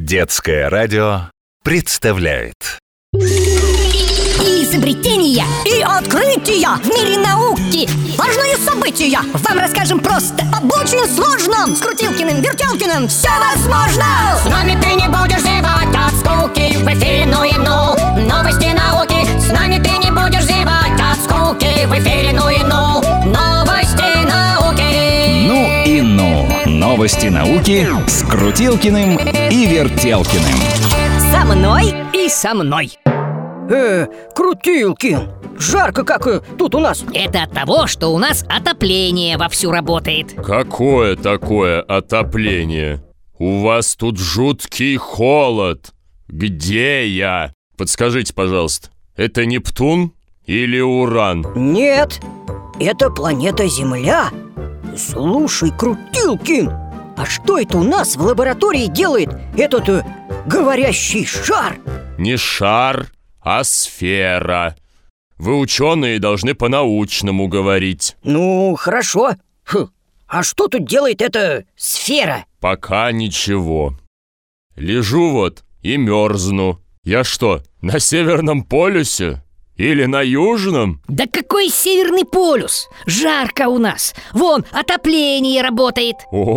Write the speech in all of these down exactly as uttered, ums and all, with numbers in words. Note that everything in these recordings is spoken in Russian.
Детское радио представляет изобретения и открытия в мире науки. Важные события вам расскажем просто об очень сложном. С Крутилкиным, Вертелкиным все возможно. С нами ты не будешь зевать от скуки. В эфире ну и ну, новости науки. С нами ты не будешь зевать от скуки. В эфире ну и ну, новости науки. Ну и ну, новости науки с Крутилкиным и Вертелкиным. Со мной и со мной. Э, Крутилкин, жарко как э, тут у нас. Это от того, что у нас отопление вовсю работает. Какое такое отопление? У вас тут жуткий холод. Где я? Подскажите, пожалуйста, это Нептун или Уран? Нет, это планета Земля. Слушай, Крутилкин, а что это у нас в лаборатории делает этот э, говорящий шар? Не шар, а сфера. Вы, ученые, должны по-научному говорить. Ну, хорошо. Хм. А что тут делает эта сфера? Пока ничего. Лежу вот и мерзну. Я что, на Северном полюсе? Или на Южном? Да какой Северный полюс? Жарко у нас. Вон, отопление работает.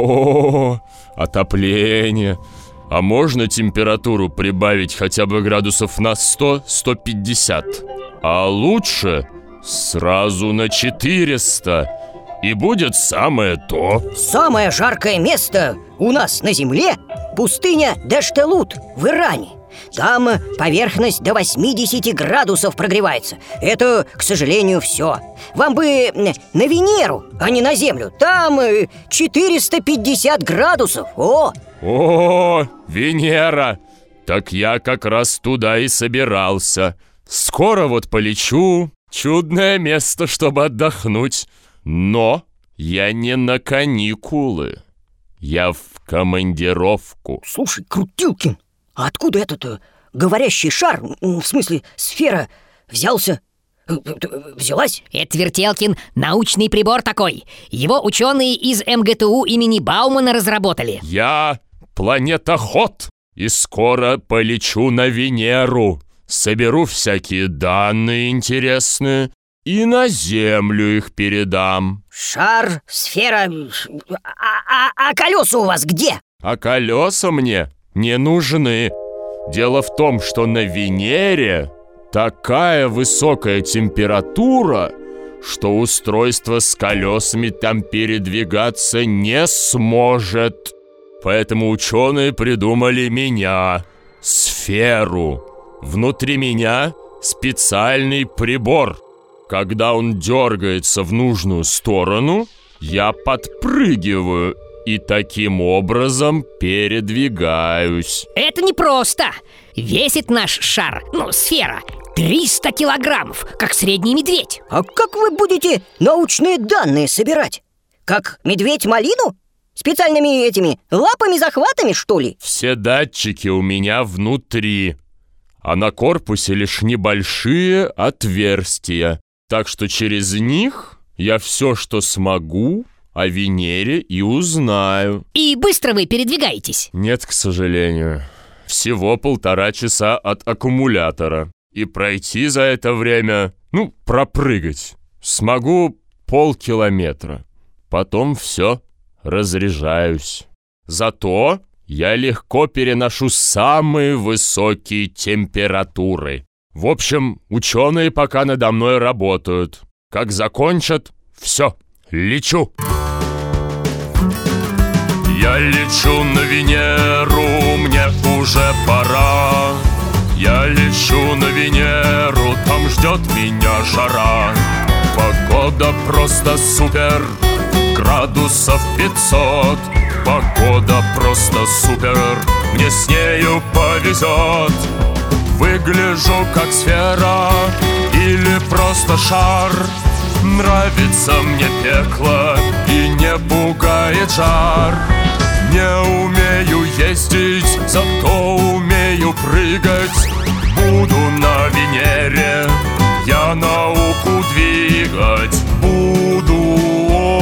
О, отопление. А можно температуру прибавить хотя бы градусов на сто - сто пятьдесят? А лучше сразу на четыреста. И будет самое то. Самое жаркое место у нас на Земле – пустыня Дештелут в Иране. Там поверхность до восьмидесяти градусов прогревается. Это, к сожалению, все. Вам бы на Венеру, а не на Землю. Там четыреста пятьдесят градусов. О! О, Венера! Так я как раз туда и собирался. Скоро вот полечу. Чудное место, чтобы отдохнуть. Но я не на каникулы. Я в командировку. Слушай, Крутилкин, а откуда этот э, говорящий шар, в смысле сфера, взялся? Э, э, взялась? Это, Вертелкин, научный прибор такой. Его ученые из эм гэ тэ у имени Баумана разработали. Я планетоход и скоро полечу на Венеру. Соберу всякие данные интересные и на Землю их передам. Шар, сфера, а, а, а колеса у вас где? А колеса мне не нужны. Дело в том, что на Венере такая высокая температура, что устройство с колесами там передвигаться не сможет. Поэтому ученые придумали меня, сферу. Внутри меня специальный прибор. Когда он дергается в нужную сторону, я подпрыгиваю и таким образом передвигаюсь. Это непросто. Весит наш шар, ну, сфера, триста килограммов, как средний медведь. А как вы будете научные данные собирать? Как медведь малину? Специальными этими лапами-захватами, что ли? Все датчики у меня внутри, а на корпусе лишь небольшие отверстия. Так что через них я все, что смогу, о Венере и узнаю. И быстро вы передвигаетесь? Нет, к сожалению. Всего полтора часа от аккумулятора. И пройти за это время, ну, пропрыгать, смогу полкилометра. Потом все, разряжаюсь. Зато я легко переношу самые высокие температуры. В общем, ученые пока надо мной работают. Как закончат, все, лечу. Я лечу на Венеру, мне уже пора. Я лечу на Венеру, там ждет меня жара. Погода просто супер, градусов пятьсот. Погода просто супер, мне с нею повезет. Выгляжу как сфера или просто шар. Нравится мне пекло и не пугает жар. Не умею ездить, зато умею прыгать. Буду на Венере я науку двигать. Буду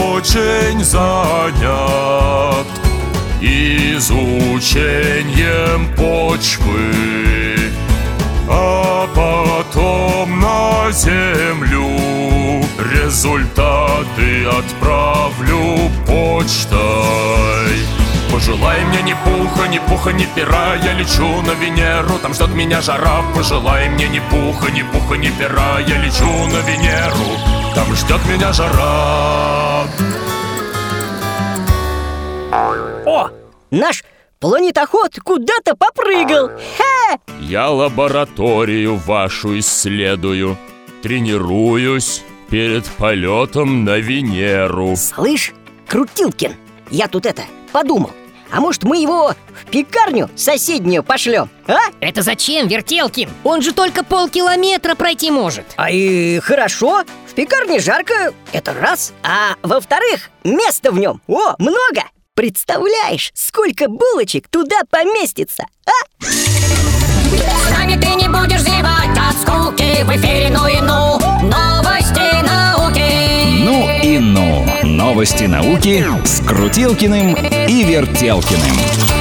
очень занят изучением изучением почвы, а потом на землю результаты отправлю почтой. Пожелай мне ни пуха, ни пуха, ни пера, я лечу на Венеру, там ждет меня жара. Пожелай мне ни пуха, ни пуха, ни пера, я лечу на Венеру, там ждет меня жара. О, наш планетоход куда-то попрыгал. Ха! Я лабораторию вашу исследую, тренируюсь перед полетом на Венеру. Слышь, Крутилкин, я тут это, подумал. А может, мы его в пекарню соседнюю пошлем, а? Это зачем, Вертелкин? Он же только полкилометра пройти может. А и хорошо, в пекарне жарко, это раз. А во-вторых, места в нем, о, много. Представляешь, сколько булочек туда поместится, а? С нами ты не будешь зевать от скуки. В эфире ну и ну, новости науки. Ну и ну. Новости науки с Крутилкиным и Вертелкиным.